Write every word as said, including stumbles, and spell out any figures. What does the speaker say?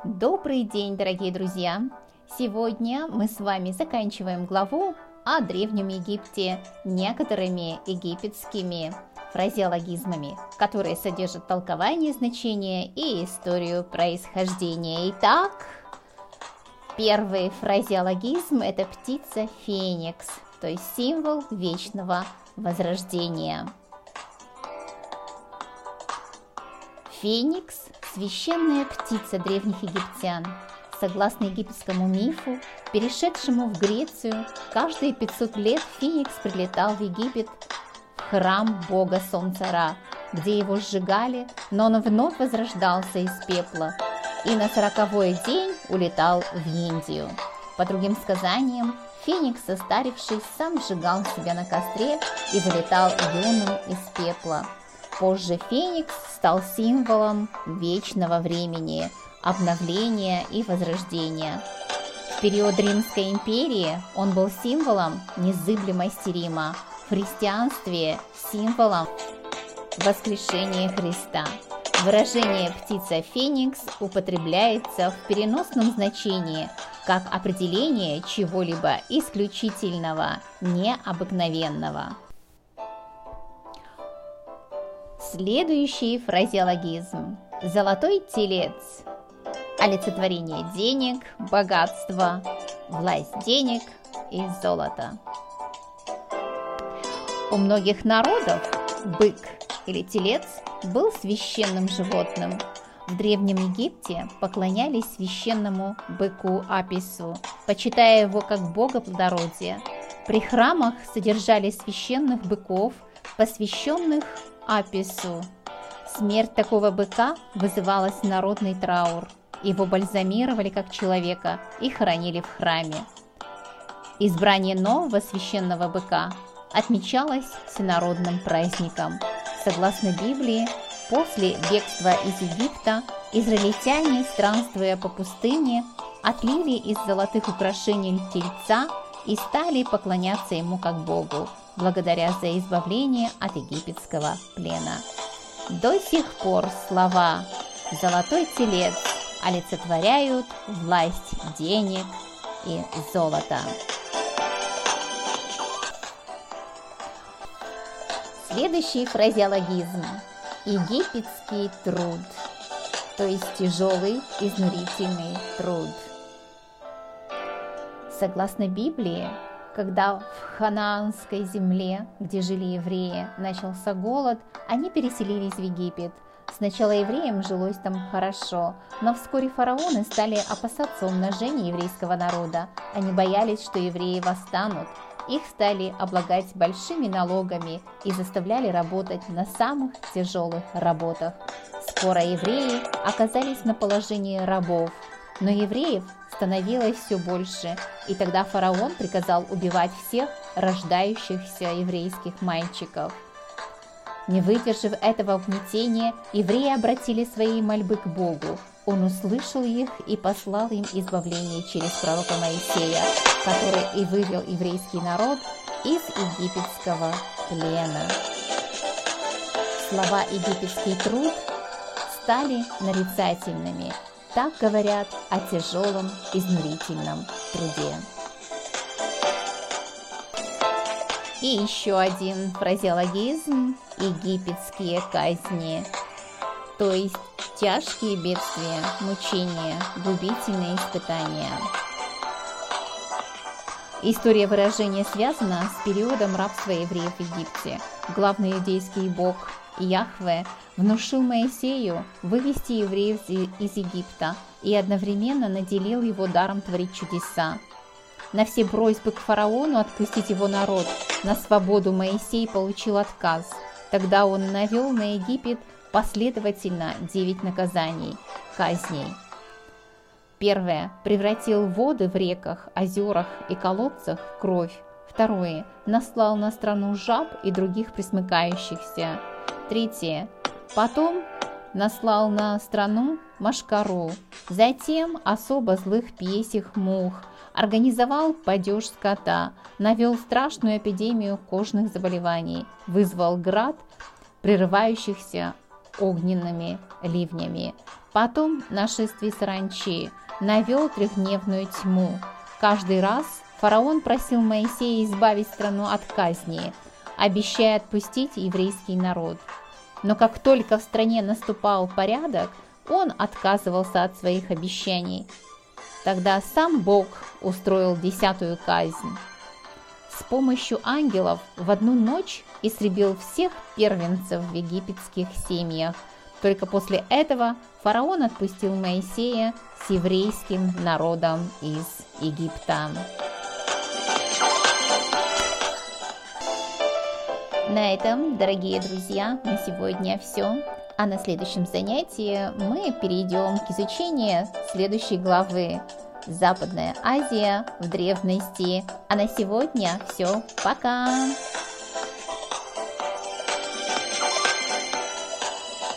Добрый день, дорогие друзья! Сегодня мы с вами заканчиваем главу о Древнем Египте некоторыми египетскими фразеологизмами, которые содержат толкование значения и историю происхождения. Итак, первый фразеологизм – это птица Феникс, то есть символ вечного возрождения. Феникс – священная птица древних египтян. Согласно египетскому мифу, перешедшему в Грецию, каждые пятьсот лет Феникс прилетал в Египет в храм бога солнца Ра, где его сжигали, но он вновь возрождался из пепла и на сороковой день улетал в Индию. По другим сказаниям, Феникс, состарившись, сам сжигал себя на костре и вылетал юным из пепла. Позже Феникс стал символом вечного времени, обновления и возрождения. В период Римской империи он был символом незыблемости Рима, в христианстве – символом воскрешения Христа. Выражение «птица Феникс» употребляется в переносном значении как определение чего-либо исключительного, необыкновенного. Следующий фразеологизм – золотой телец. Олицетворение денег, богатства, власть денег и золота. У многих народов бык или телец был священным животным. В Древнем Египте поклонялись священному быку Апису, почитая его как бога плодородия. При храмах содержали священных быков, посвященных Апису. Смерть такого быка вызывала народный траур. Его бальзамировали как человека и хоронили в храме. Избрание нового священного быка отмечалось всенародным праздником. Согласно Библии, после бегства из Египта израильтяне, странствуя по пустыне, отлили из золотых украшений тельца и стали поклоняться ему как Богу, благодаря за избавление от египетского плена. До сих пор слова «золотой телец» олицетворяют власть денег и золота. Следующий фразеологизм – египетский труд, то есть тяжелый, изнурительный труд. Согласно Библии, когда в ханаанской земле, где жили евреи, начался голод, они переселились в Египет. Сначала евреям жилось там хорошо, но вскоре фараоны стали опасаться умножения еврейского народа. Они боялись, что евреи восстанут. Их стали облагать большими налогами и заставляли работать на самых тяжелых работах. Скоро евреи оказались на положении рабов, но евреев становилось все больше, и тогда фараон приказал убивать всех рождающихся еврейских мальчиков. Не выдержав этого угнетения, евреи обратили свои мольбы к Богу. Он услышал их и послал им избавление через пророка Моисея, который и вывел еврейский народ из египетского плена. Слова «египетский труд» стали нарицательными. Так говорят о тяжелом, изнурительном труде. И еще один фразеологизм – египетские казни, то есть тяжкие бедствия, мучения, губительные испытания. История выражения связана с периодом рабства евреев в Египте. Главный иудейский бог Яхве внушил Моисею вывести евреев из Египта и одновременно наделил его даром творить чудеса. На все просьбы к фараону отпустить его народ на свободу Моисей получил отказ. Тогда он навел на Египет последовательно девять наказаний, казней. Первое. Превратил воды в реках, озерах и колодцах в кровь. Второе. Наслал на страну жаб и других пресмыкающихся. Третье. Потом наслал на страну мошкару. Затем особо злых пьесих мух. Организовал падеж скота. Навел страшную эпидемию кожных заболеваний. Вызвал град, прерывающихся огненными ливнями. Потом нашествие саранчи навел трехдневную тьму. Каждый раз фараон просил Моисея избавить страну от казни, обещая отпустить еврейский народ. Но как только в стране наступал порядок, он отказывался от своих обещаний. Тогда сам Бог устроил десятую казнь. С помощью ангелов в одну ночь истребил всех первенцев в египетских семьях. Только после этого фараон отпустил Моисея с еврейским народом из Египта. На этом, дорогие друзья, на сегодня все. А на следующем занятии мы перейдем к изучению следующей главы «Западная Азия в древности». А на сегодня все. Пока!